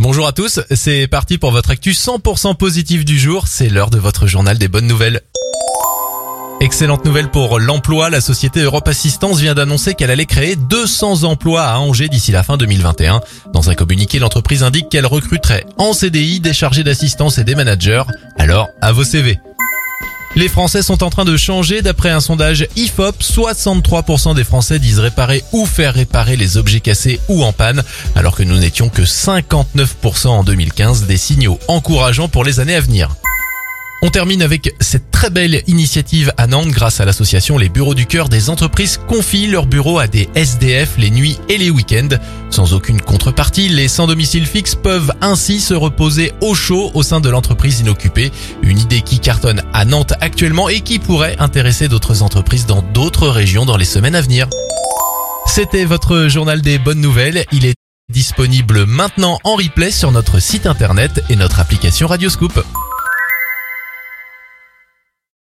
Bonjour à tous, c'est parti pour votre actu 100% positif du jour, c'est l'heure de votre journal des bonnes nouvelles. Excellente nouvelle pour l'emploi, la société Europe Assistance vient d'annoncer qu'elle allait créer 200 emplois à Angers d'ici la fin 2021. Dans un communiqué, l'entreprise indique qu'elle recruterait en CDI des chargés d'assistance et des managers. Alors, à vos CV. Les Français sont en train de changer. D'après un sondage IFOP, 63% des Français disent réparer ou faire réparer les objets cassés ou en panne, alors que nous n'étions que 59% en 2015, des signaux encourageants pour les années à venir. On termine avec cette très belle initiative à Nantes grâce à l'association Les Bureaux du Cœur. Des entreprises confient leurs bureaux à des SDF les nuits et les week-ends. Sans aucune contrepartie, les sans domicile fixe peuvent ainsi se reposer au chaud au sein de l'entreprise inoccupée. Une idée qui cartonne à Nantes actuellement et qui pourrait intéresser d'autres entreprises dans d'autres régions dans les semaines à venir. C'était votre journal des bonnes nouvelles. Il est disponible maintenant en replay sur notre site internet et notre application Radioscoop.